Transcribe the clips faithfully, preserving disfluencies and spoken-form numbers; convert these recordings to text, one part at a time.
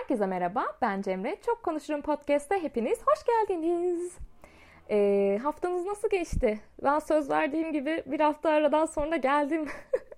Herkese merhaba, ben Cemre. Çok Konuşurum Podcast'te hepiniz hoş geldiniz. Ee, haftanız nasıl geçti? Ben söz verdiğim gibi bir hafta aradan sonra geldim.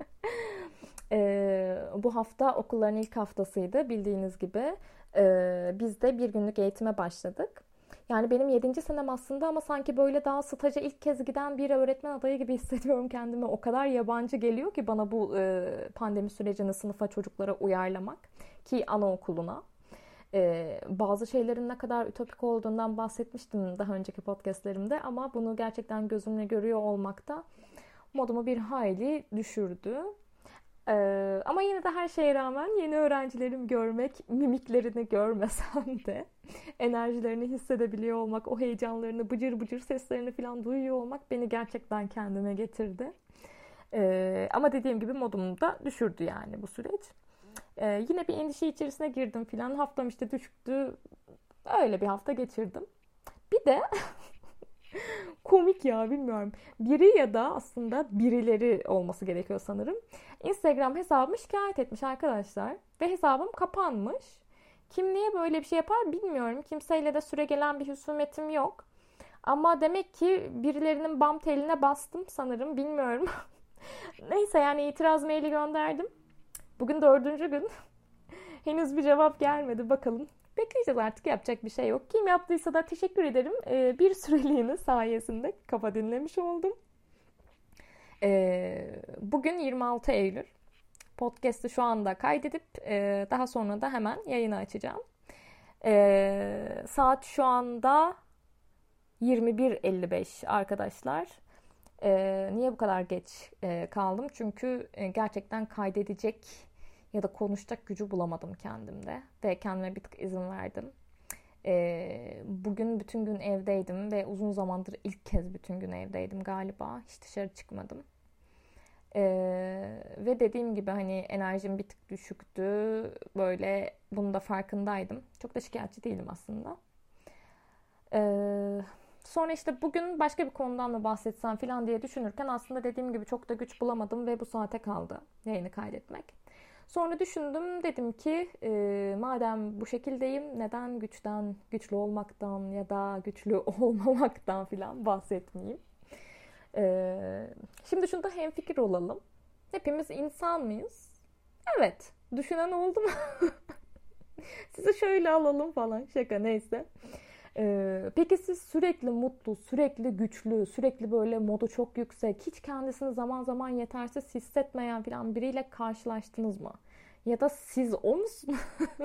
ee, bu hafta okulların ilk haftasıydı bildiğiniz gibi. Ee, biz de bir günlük eğitime başladık. Yani benim yedinci senem aslında ama sanki böyle daha staja ilk kez giden bir öğretmen adayı gibi hissediyorum kendimi. O kadar yabancı geliyor ki bana bu e, pandemi sürecini sınıfa çocuklara uyarlamak. Ki anaokuluna. Ee, bazı şeylerin ne kadar ütopik olduğundan bahsetmiştim daha önceki podcastlerimde ama bunu gerçekten gözümle görüyor olmak da modumu bir hayli düşürdü. Ee, ama yine de her şeye rağmen yeni öğrencilerimi görmek, mimiklerini görmesem de enerjilerini hissedebiliyor olmak, o heyecanlarını, bıcır bıcır seslerini falan duyuyor olmak beni gerçekten kendime getirdi. Ee, ama dediğim gibi modumu da düşürdü yani bu süreç. Ee, yine bir endişe içerisine girdim filan. Haftam işte düşüktü. Öyle bir hafta geçirdim. Bir de komik ya bilmiyorum. Biri ya da aslında birileri olması gerekiyor sanırım. Instagram hesabımı şikayet etmiş arkadaşlar. Ve hesabım kapanmış. Kim niye böyle bir şey yapar bilmiyorum. Kimseyle de süregelen bir husumetim yok. Ama demek ki birilerinin bam teline bastım sanırım. Bilmiyorum. Neyse yani itiraz maili gönderdim. Bugün dördüncü gün. Henüz bir cevap gelmedi. Bakalım. Bekleyeceğiz artık. Yapacak bir şey yok. Kim yaptıysa da teşekkür ederim. Ee, bir süreliğine sayesinde kafa dinlemiş oldum. Ee, bugün yirmi altı Eylül. Podcast'ı şu anda kaydedip e, daha sonra da hemen yayını açacağım. Ee, saat şu anda yirmi bir elli beş arkadaşlar. Ee, niye bu kadar geç e, kaldım? Çünkü e, gerçekten kaydedecek ya da konuşacak gücü bulamadım kendimde ve kendime bir tık izin verdim. Ee, bugün bütün gün evdeydim ve uzun zamandır ilk kez bütün gün evdeydim galiba. Hiç dışarı çıkmadım. Ee, ve dediğim gibi hani enerjim bir tık düşüktü. Böyle bunun da farkındaydım. Çok da şikayetçi değilim aslında. Ee, sonra işte bugün başka bir konudan mı bahsetsem falan diye düşünürken aslında dediğim gibi çok da güç bulamadım ve bu saate kaldı yayını kaydetmek. Sonra düşündüm, dedim ki e, madem bu şekildeyim neden güçten, güçlü olmaktan ya da güçlü olmamaktan filan bahsetmeyeyim. E, şimdi şunda hemfikir olalım. Hepimiz insan mıyız? Evet. Düşünen oldu mu? Sizi şöyle alalım falan. Şaka neyse. Ee, peki siz sürekli mutlu, sürekli güçlü, sürekli böyle modu çok yüksek, hiç kendisini zaman zaman yetersiz hissetmeyen falan biriyle karşılaştınız mı? Ya da siz o musunuz?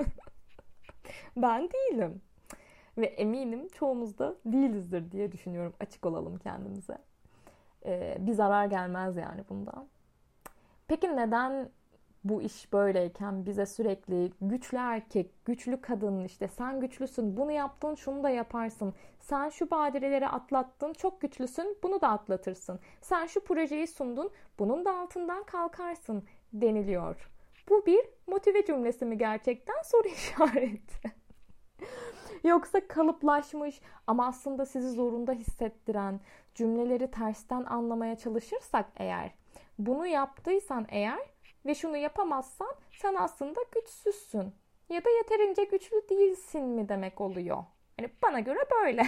Ben değilim. Ve eminim çoğumuz da değilizdir diye düşünüyorum. Açık olalım kendimize. Ee, bir zarar gelmez yani bundan. Peki neden bu iş böyleyken bize sürekli güçlü erkek, güçlü kadın, işte sen güçlüsün, bunu yaptın, şunu da yaparsın. Sen şu badireleri atlattın, çok güçlüsün, bunu da atlatırsın. Sen şu projeyi sundun, bunun da altından kalkarsın deniliyor. Bu bir motive cümlesi mi gerçekten? Soru işareti. Yoksa kalıplaşmış ama aslında sizi zorunda hissettiren cümleleri tersten anlamaya çalışırsak eğer, bunu yaptıysan eğer ve şunu yapamazsan sen aslında güçsüzsün ya da yeterince güçlü değilsin mi demek oluyor. Yani bana göre böyle.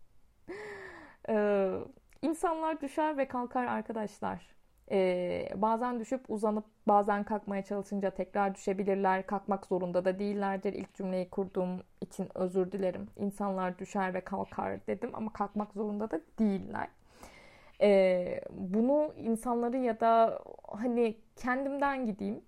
Ee, insanlar düşer ve kalkar arkadaşlar. Ee, bazen düşüp uzanıp bazen kalkmaya çalışınca tekrar düşebilirler. Kalkmak zorunda da değillerdir. İlk cümleyi kurduğum için özür dilerim. İnsanlar düşer ve kalkar dedim ama kalkmak zorunda da değiller. Ee, bunu insanları ya da hani kendimden gideyim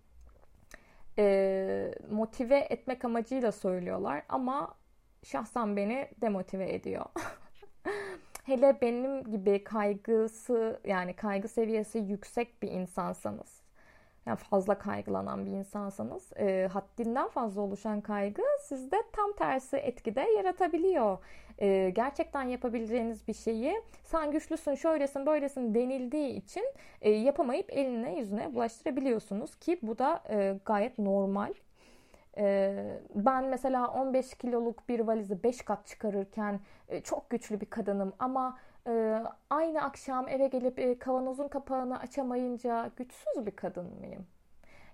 e, motive etmek amacıyla söylüyorlar ama şahsen beni demotive ediyor. Hele benim gibi kaygısı yani kaygı seviyesi yüksek bir insansanız, yani fazla kaygılanan bir insansanız, e, haddinden fazla oluşan kaygı sizde tam tersi etkide yaratabiliyor. E, gerçekten yapabileceğiniz bir şeyi sen güçlüsün, şöylesin, böylesin denildiği için e, yapamayıp eline yüzüne bulaştırabiliyorsunuz ki bu da e, gayet normal. Ben mesela on beş kiloluk bir valizi beş kat çıkarırken çok güçlü bir kadınım ama aynı akşam eve gelip kavanozun kapağını açamayınca güçsüz bir kadın mıyım?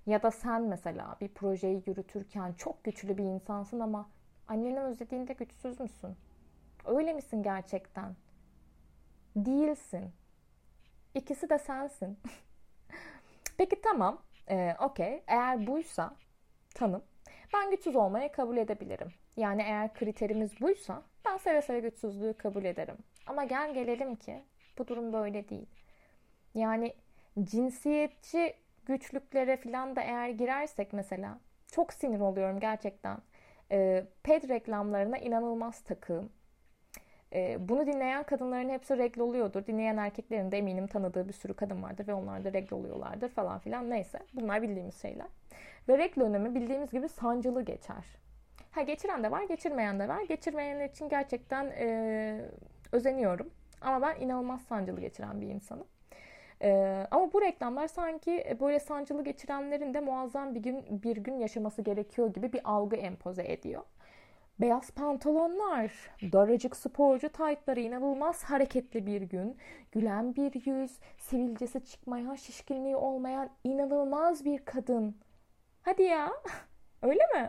Ya da sen mesela bir projeyi yürütürken çok güçlü bir insansın ama anneni özlediğinde güçsüz müsün? Öyle misin gerçekten? Değilsin. İkisi de sensin. Peki tamam. Ee, Okey. Eğer buysa tanım. Ben güçsüz olmayı kabul edebilirim. Yani eğer kriterimiz buysa ben seve seve güçsüzlüğü kabul ederim. Ama gel gelelim ki bu durum böyle değil. Yani cinsiyetçi güçlüklere falan da eğer girersek mesela çok sinir oluyorum gerçekten. Ee, ped reklamlarına inanılmaz takığım. Ee, bunu dinleyen kadınların hepsi regl oluyordur. Dinleyen erkeklerin de eminim tanıdığı bir sürü kadın vardır ve onlar da regl oluyorlardır falan filan. Neyse bunlar bildiğimiz şeyler. Ve regl dönemi bildiğimiz gibi sancılı geçer. Ha geçiren de var, geçirmeyen de var. Geçirmeyenler için gerçekten e, özeniyorum. Ama ben inanılmaz sancılı geçiren bir insanım. Ee, ama bu reklamlar sanki böyle sancılı geçirenlerin de muazzam bir gün bir gün yaşaması gerekiyor gibi bir algı empoze ediyor. Beyaz pantolonlar, daracık sporcu taytları, inanılmaz hareketli bir gün, gülen bir yüz, sivilcesi çıkmayan, şişkinliği olmayan inanılmaz bir kadın. Hadi ya, öyle mi?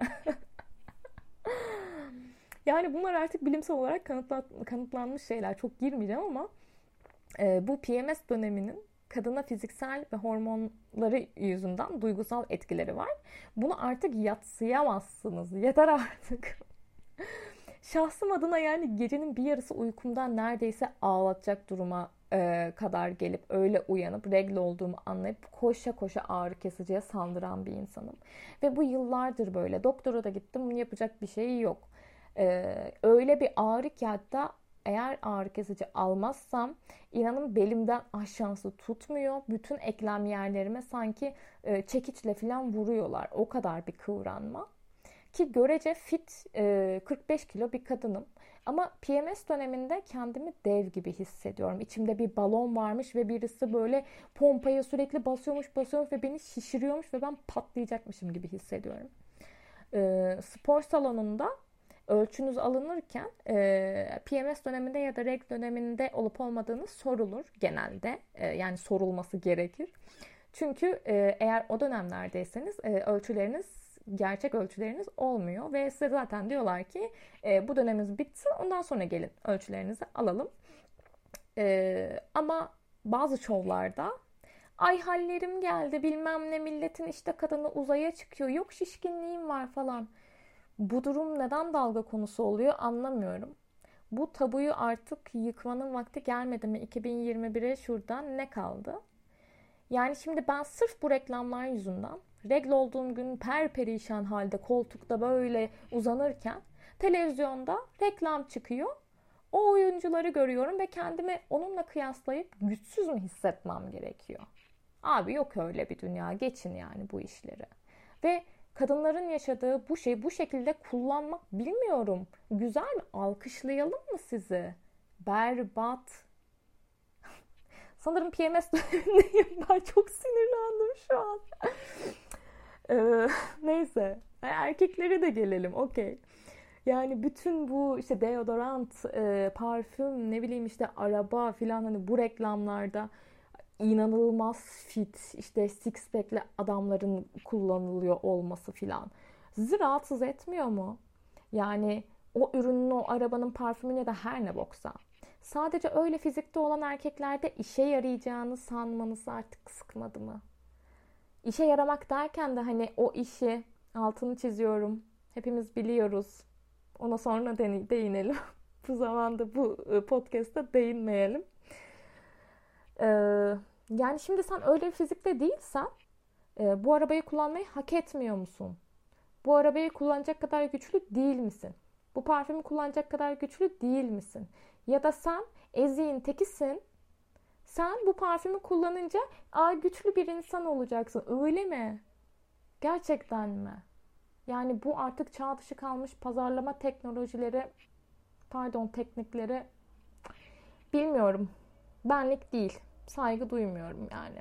Yani bunlar artık bilimsel olarak kanıtlanmış şeyler. Çok girmeyeceğim ama e, bu P M S döneminin kadına fiziksel ve hormonları yüzünden duygusal etkileri var. Bunu artık yadsıyamazsınız. Yeter artık. Şahsım adına yani gecenin bir yarısı uykumdan neredeyse ağlatacak duruma e, kadar gelip öyle uyanıp regl olduğumu anlayıp koşa koşa ağrı kesiciye saldıran bir insanım. Ve bu yıllardır böyle. Doktora da gittim, yapacak bir şey yok. E, öyle bir ağrı ki hatta eğer ağrı kesici almazsam inanın belimden aşağısı tutmuyor. Bütün eklem yerlerime sanki e, çekiçle falan vuruyorlar. O kadar bir kıvranma. Ki görece fit kırk beş kilo bir kadınım. Ama P M S döneminde kendimi dev gibi hissediyorum. İçimde bir balon varmış ve birisi böyle pompaya sürekli basıyormuş basıyormuş ve beni şişiriyormuş ve ben patlayacakmışım gibi hissediyorum. Spor salonunda ölçünüz alınırken P M S döneminde ya da regl döneminde olup olmadığınız sorulur genelde. Yani sorulması gerekir. Çünkü eğer o dönemlerdeyseniz ölçüleriniz gerçek ölçüleriniz olmuyor ve size zaten diyorlar ki e, bu döneminiz bitsin ondan sonra gelin ölçülerinizi alalım. E, ama bazı şovlarda ay hallerim geldi bilmem ne milletin işte kadını uzaya çıkıyor yok şişkinliğim var falan. Bu durum neden dalga konusu oluyor anlamıyorum. Bu tabuyu artık yıkmanın vakti gelmedi mi? iki bin yirmi bire şuradan ne kaldı? Yani şimdi ben sırf bu reklamlar yüzünden regl olduğum gün perperişan halde koltukta böyle uzanırken televizyonda reklam çıkıyor. O oyuncuları görüyorum ve kendimi onunla kıyaslayıp güçsüz mü hissetmem gerekiyor? Abi yok öyle bir dünya. Geçin yani bu işleri. Ve kadınların yaşadığı bu şeyi bu şekilde kullanmak bilmiyorum. Güzel mi? Alkışlayalım mı sizi? Berbat. Sanırım P M S dönemindeyim. Ben çok sinirlendim şu an. Ee, neyse. Erkeklere de gelelim. Okey. Yani bütün bu işte deodorant, e, parfüm, ne bileyim işte araba filan hani bu reklamlarda inanılmaz fit, işte six pack'li adamların kullanılıyor olması filan. Sizi rahatsız etmiyor mu? Yani o ürünün, o arabanın parfümü ya da her ne boksa. Sadece öyle fizikte olan erkeklerde işe yarayacağını sanmanız artık sıkmadı mı? İşe yaramak derken de hani o işi altını çiziyorum. Hepimiz biliyoruz. Ona sonra değinelim. Bu zamanda bu podcast'ta değinmeyelim. Ee, yani şimdi sen öyle bir fizikte değilsen e, bu arabayı kullanmayı hak etmiyor musun? Bu arabayı kullanacak kadar güçlü değil misin? Bu parfümü kullanacak kadar güçlü değil misin? Ya da sen eziğin tekisin. Sen bu parfümü kullanınca aa, güçlü bir insan olacaksın. Öyle mi? Gerçekten mi? Yani bu artık çağ dışı kalmış pazarlama teknolojileri, pardon teknikleri bilmiyorum. Benlik değil. Saygı duymuyorum yani.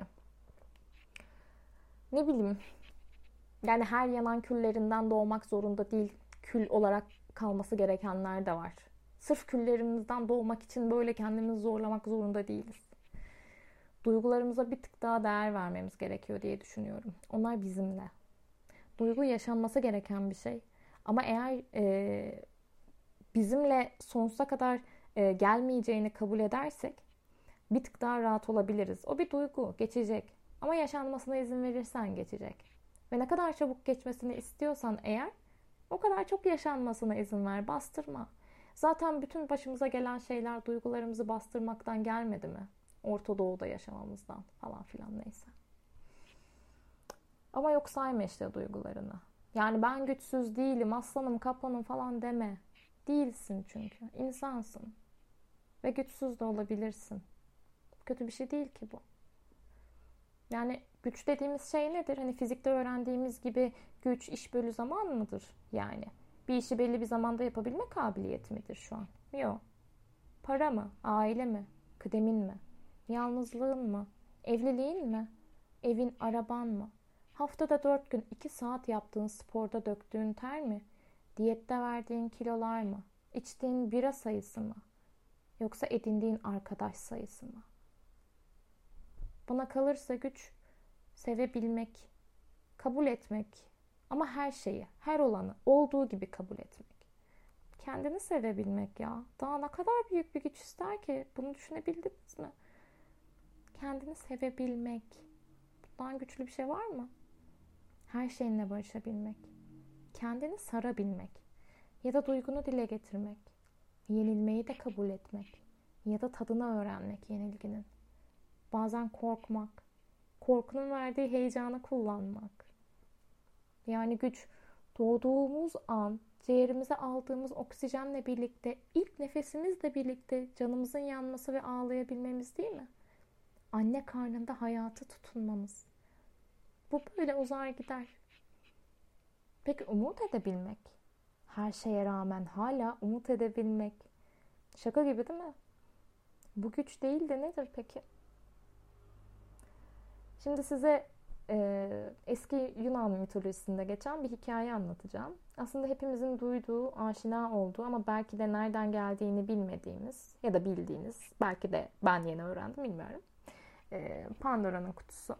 Ne bileyim. Yani her yanan küllerinden doğmak zorunda değil. Kül olarak kalması gerekenler de var. Sırf küllerimizden doğmak için böyle kendimizi zorlamak zorunda değiliz. duygularımıza bir tık daha değer vermemiz gerekiyor diye düşünüyorum. Onlar bizimle. Duygu yaşanması gereken bir şey. Ama eğer e, bizimle sonsuza kadar e, gelmeyeceğini kabul edersek bir tık daha rahat olabiliriz. O bir duygu, geçecek. Ama yaşanmasına izin verirsen geçecek. Ve ne kadar çabuk geçmesini istiyorsan eğer, o kadar çok yaşanmasına izin ver, bastırma. Zaten bütün başımıza gelen şeyler duygularımızı bastırmaktan gelmedi mi? Orta Doğu'da yaşamamızdan falan filan neyse. Ama yok sayma işte duygularını. Yani ben güçsüz değilim, aslanım, kaplanım falan deme. Değilsin çünkü. İnsansın. Ve güçsüz de olabilirsin. Kötü bir şey değil ki bu. Yani güç dediğimiz şey nedir? Hani fizikte öğrendiğimiz gibi güç iş bölü zaman mıdır? Yani bir işi belli bir zamanda yapabilme kabiliyeti midir şu an? Yok. Para mı? Aile mi? Kıdemin mi? Yalnızlığın mı? Evliliğin mi? Evin, araban mı? Haftada dört gün iki saat yaptığın sporda döktüğün ter mi? Diyette verdiğin kilolar mı? İçtiğin bira sayısı mı? Yoksa edindiğin arkadaş sayısı mı? Bana kalırsa güç sevebilmek, kabul etmek ama her şeyi, her olanı olduğu gibi kabul etmek. Kendini sevebilmek ya. Daha ne kadar büyük bir güç ister ki? Bunu düşünebildiniz mi? Kendini sevebilmek. Bundan güçlü bir şey var mı? Her şeyinle barışabilmek. Kendini sarabilmek. Ya da duygunu dile getirmek. Yenilmeyi de kabul etmek. Ya da tadını öğrenmek yenilginin. Bazen korkmak. Korkunun verdiği heyecanı kullanmak. Yani güç doğduğumuz an ciğerimize aldığımız oksijenle birlikte, ilk nefesimizle birlikte canımızın yanması ve ağlayabilmemiz değil mi? Anne karnında hayatı tutunmamız. Bu böyle uzar gider. Peki umut edebilmek? Her şeye rağmen hala umut edebilmek. Şaka gibi değil mi? Bu güç değil de nedir peki? Şimdi size e, eski Yunan mitolojisinde geçen bir hikaye anlatacağım. Aslında hepimizin duyduğu, aşina olduğu ama belki de nereden geldiğini bilmediğimiz ya da bildiğiniz, belki de ben yeni öğrendim bilmiyorum. E, Pandora'nın kutusu.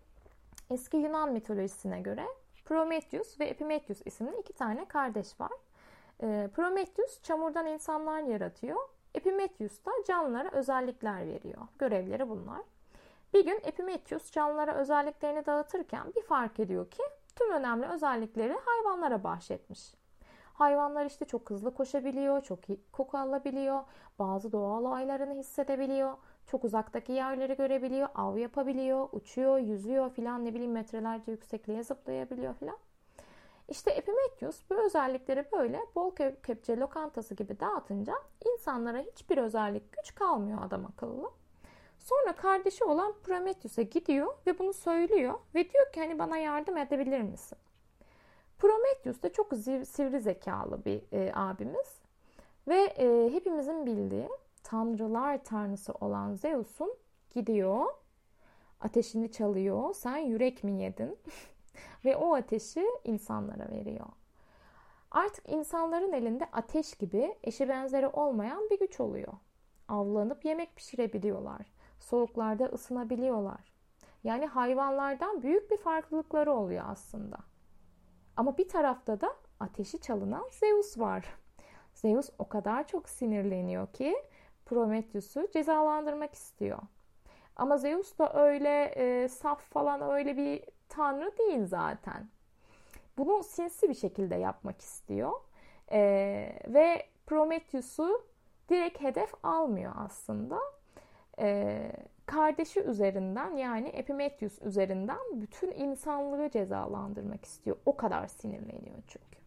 Eski Yunan mitolojisine göre Prometheus ve Epimetheus isimli iki tane kardeş var. E, Prometheus çamurdan insanlar yaratıyor. Epimetheus da canlılara özellikler veriyor. Görevleri bunlar. Bir gün Epimetheus canlılara özelliklerini dağıtırken bir fark ediyor ki tüm önemli özellikleri hayvanlara bahşetmiş. Hayvanlar işte çok hızlı koşabiliyor, çok iyi koku alabiliyor, bazı doğal olaylarını hissedebiliyor, çok uzaktaki yerleri görebiliyor, av yapabiliyor, uçuyor, yüzüyor filan, ne bileyim metrelerce yüksekliğe zıplayabiliyor filan. İşte Epimetheus bu özellikleri böyle bol kepçe lokantası gibi dağıtınca insanlara hiçbir özellik güç kalmıyor adam akıllı. Sonra kardeşi olan Prometheus'a gidiyor ve bunu söylüyor ve diyor ki hani bana yardım edebilir misin? Prometheus da çok sivri zekalı bir e, abimiz ve e, hepimizin bildiği tanrılar tanrısı olan Zeus'un gidiyor, ateşini çalıyor, sen yürek mi yedin? Ve o ateşi insanlara veriyor. Artık insanların elinde ateş gibi eşi benzeri olmayan bir güç oluyor. Avlanıp yemek pişirebiliyorlar. Soğuklarda ısınabiliyorlar. Yani hayvanlardan büyük bir farklılıkları oluyor aslında. Ama bir tarafta da ateşi çalınan Zeus var. Zeus o kadar çok sinirleniyor ki Prometheus'u cezalandırmak istiyor. Ama Zeus da öyle e, saf falan öyle bir tanrı değil zaten. Bunu sinsi bir şekilde yapmak istiyor. E, ve Prometheus'u direkt hedef almıyor aslında. Ee, kardeşi üzerinden yani Epimetheus üzerinden bütün insanlığı cezalandırmak istiyor. O kadar sinirleniyor çünkü.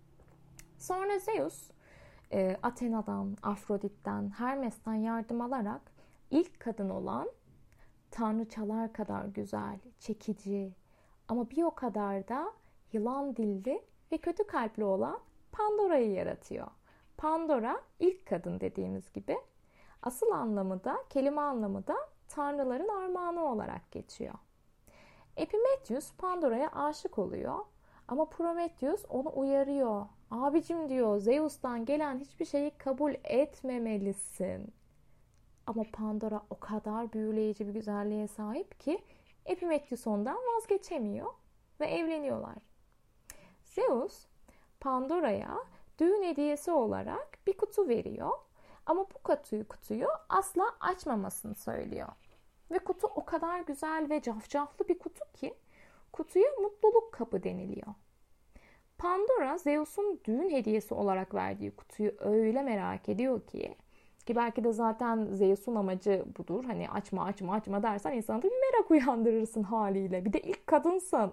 Sonra Zeus e, Athena'dan, Afrodit'ten, Hermes'ten yardım alarak ilk kadın olan tanrıçalar kadar güzel, çekici ama bir o kadar da yılan dilli ve kötü kalpli olan Pandora'yı yaratıyor. Pandora ilk kadın dediğimiz gibi. Asıl anlamı da, kelime anlamı da tanrıların armağanı olarak geçiyor. Epimetheus Pandora'ya aşık oluyor ama Prometheus onu uyarıyor. Abicim diyor, Zeus'tan gelen hiçbir şeyi kabul etmemelisin. Ama Pandora o kadar büyüleyici bir güzelliğe sahip ki Epimetheus ondan vazgeçemiyor ve evleniyorlar. Zeus Pandora'ya düğün hediyesi olarak bir kutu veriyor. Ama bu kutuyu, kutuyu asla açmamasını söylüyor. Ve kutu o kadar güzel ve cafcaflı bir kutu ki kutuya mutluluk kapı deniliyor. Pandora Zeus'un düğün hediyesi olarak verdiği kutuyu öyle merak ediyor ki ki belki de zaten Zeus'un amacı budur. Hani açma açma açma dersen insanda bir merak uyandırırsın haliyle. Bir de ilk kadınsın.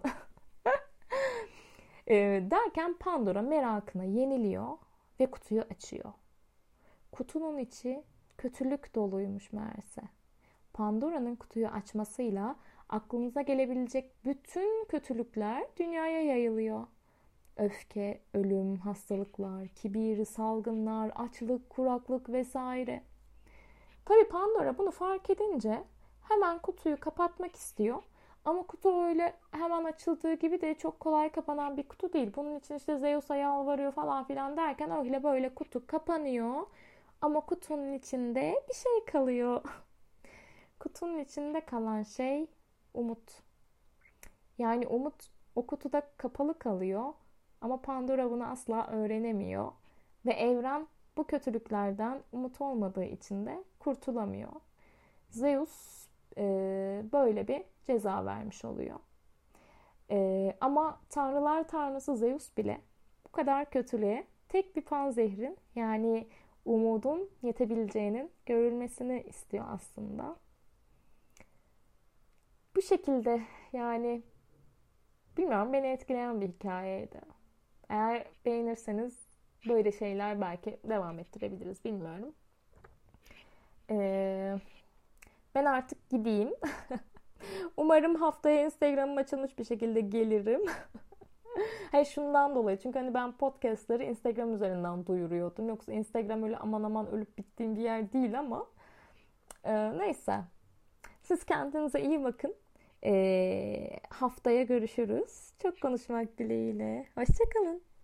e, derken Pandora merakına yeniliyor ve kutuyu açıyor. Kutunun içi kötülük doluymuş meğerse. Pandora'nın kutuyu açmasıyla aklınıza gelebilecek bütün kötülükler dünyaya yayılıyor. Öfke, ölüm, hastalıklar, kibir, salgınlar, açlık, kuraklık vesaire. Tabii Pandora bunu fark edince hemen kutuyu kapatmak istiyor. Ama kutu öyle hemen açıldığı gibi de çok kolay kapanan bir kutu değil. Bunun için işte Zeus'a yalvarıyor falan filan derken öyle böyle kutu kapanıyor. Ama kutunun içinde bir şey kalıyor. Kutunun içinde kalan şey umut. Yani umut o kutuda kapalı kalıyor. Ama Pandora bunu asla öğrenemiyor. Ve evren bu kötülüklerden umut olmadığı için de kurtulamıyor. Zeus e, böyle bir ceza vermiş oluyor. E, ama tanrılar tanrısı Zeus bile bu kadar kötülüğe tek bir panzehrin yani umudun yetebileceğinin görülmesini istiyor aslında. Bu şekilde yani bilmiyorum beni etkileyen bir hikayeydi. Eğer beğenirseniz böyle şeyler belki devam ettirebiliriz bilmiyorum. Ee, ben artık gideyim. Umarım haftaya Instagram'ım açılmış bir şekilde gelirim. Hayır şundan dolayı çünkü hani ben podcastları Instagram üzerinden duyuruyordum. Yoksa Instagram öyle aman aman ölüp bittiğim bir yer değil ama e, neyse. Siz kendinize iyi bakın. E, haftaya görüşürüz. Çok konuşmak dileğiyle. Hoşça kalın.